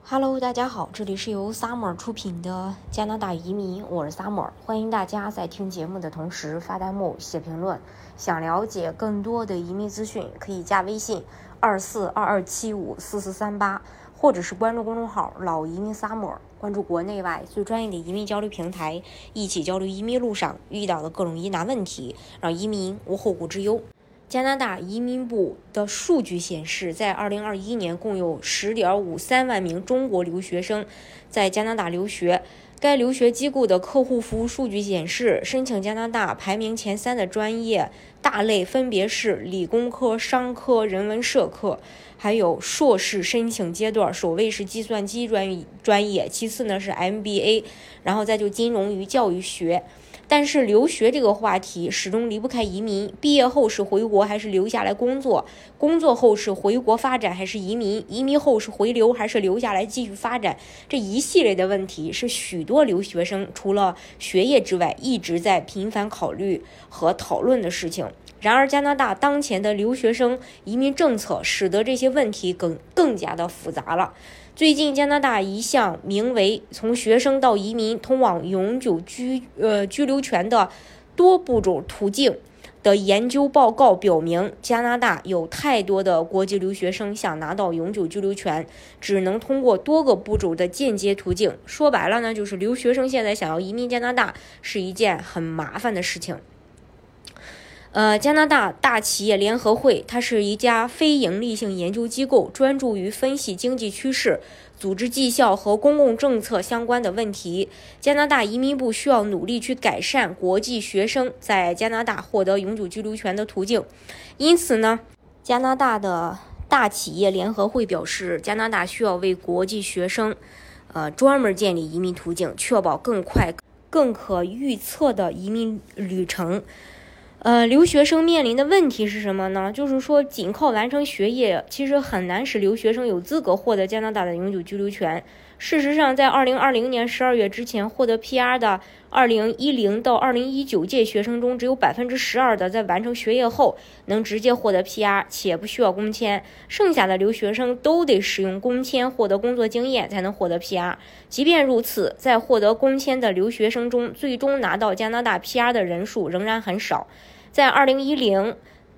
Hello， 大家好，这里是由 Summer 出品的加拿大移民，我是 Summer， 欢迎大家在听节目的同时发弹幕、写评论。想了解更多的移民资讯，可以加微信2422754438，或者是关注公众号老移民 Summer， 关注国内外最专业的移民交流平台，一起交流移民路上遇到的各种疑难问题，让移民无后顾之忧。加拿大移民部的数据显示，在2021年共有 10.53 万名中国留学生在加拿大留学。该留学机构的客户服务数据显示，申请加拿大排名前3的专业大类分别是理工科、商科、人文社科，还有硕士申请阶段首位是计算机专业，其次呢是 MBA， 然后再就金融与教育学。但是留学这个话题始终离不开移民，毕业后是回国还是留下来工作，工作后是回国发展还是移民，移民后是回流还是留下来继续发展，这一系列的问题是许多留学生除了学业之外一直在频繁考虑和讨论的事情。然而加拿大当前的留学生移民政策使得这些问题更加的复杂了。最近加拿大一项名为从学生到移民通往永久居留权的多步骤途径的研究报告表明，加拿大有太多的国际留学生想拿到永久居留权，只能通过多个步骤的间接途径。说白了呢，就是留学生现在想要移民加拿大是一件很麻烦的事情。加拿大大企业联合会，它是一家非营利性研究机构，专注于分析经济趋势、组织绩效和公共政策相关的问题。加拿大移民部需要努力去改善国际学生在加拿大获得永久居留权的途径。因此呢，加拿大的大企业联合会表示，加拿大需要为国际学生专门建立移民途径，确保更快、更可预测的移民旅程。留学生面临的问题是什么呢？就是说仅靠完成学业其实很难使留学生有资格获得加拿大的永久居留权。事实上，在2020年12月之前获得 PR 的2010到2019届学生中，只有 12% 的在完成学业后能直接获得 PR， 且不需要工签，剩下的留学生都得使用工签获得工作经验才能获得 PR。 即便如此，在获得工签的留学生中，最终拿到加拿大 PR 的人数仍然很少。在2010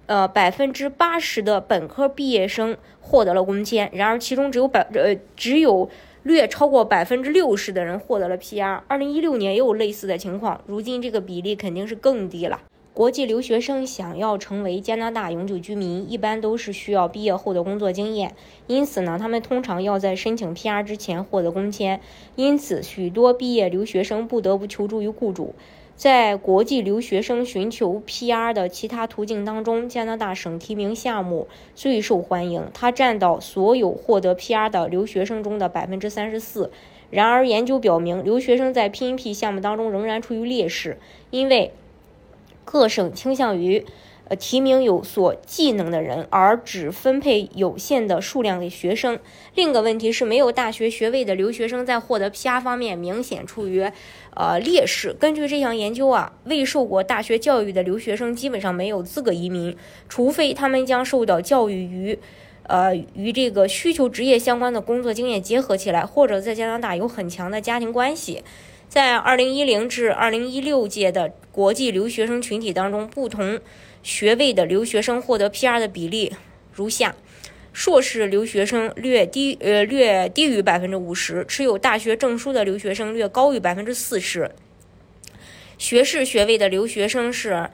80% 的本科毕业生获得了工签，然而其中只有略超过 60% 的人获得了 PR。 2016年也有类似的情况，如今这个比例肯定是更低了。国际留学生想要成为加拿大永久居民，一般都是需要毕业后的工作经验，因此呢，他们通常要在申请 PR 之前获得工签，因此许多毕业留学生不得不求助于雇主。在国际留学生寻求 PR 的其他途径当中，加拿大省提名项目最受欢迎，它占到所有获得 PR 的留学生中的 34%。 然而研究表明，留学生在 PNP 项目当中仍然处于劣势，因为各省倾向于提名有所技能的人，而只分配有限的数量给学生。另一个问题是，没有大学学位的留学生在获得 PR 方面明显处于劣势。根据这项研究未受过大学教育的留学生基本上没有资格移民，除非他们将受到教育与这个需求职业相关的工作经验结合起来，或者在加拿大有很强的家庭关系。在2010至2016届的国际留学生群体当中，不同学位的留学生获得 PR 的比例如下：硕士留学生略低于 50%， 持有大学证书的留学生略高于 40%， 学士学位的留学生是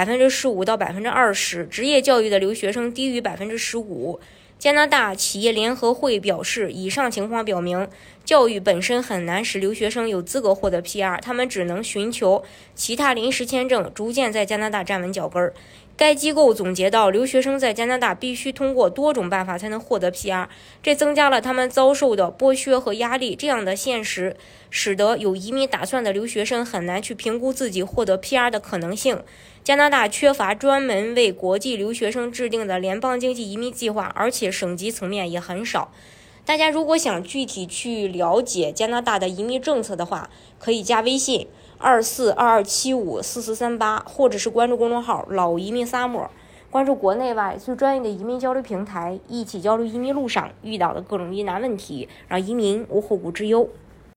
15% 到 20%， 职业教育的留学生低于 15%。加拿大企业联合会表示，以上情况表明，教育本身很难使留学生有资格获得 PR， 他们只能寻求其他临时签证，逐渐在加拿大站稳脚跟。该机构总结到，留学生在加拿大必须通过多种办法才能获得 PR， 这增加了他们遭受的剥削和压力。这样的现实使得有移民打算的留学生很难去评估自己获得 PR 的可能性。加拿大缺乏专门为国际留学生制定的联邦经济移民计划，而且省级层面也很少。大家如果想具体去了解加拿大的移民政策的话，可以加微信2422754438，或者是关注公众号老移民 Summer， 关注国内外最专业的移民交流平台，一起交流移民路上遇到的各种疑难问题，让移民无后顾之忧。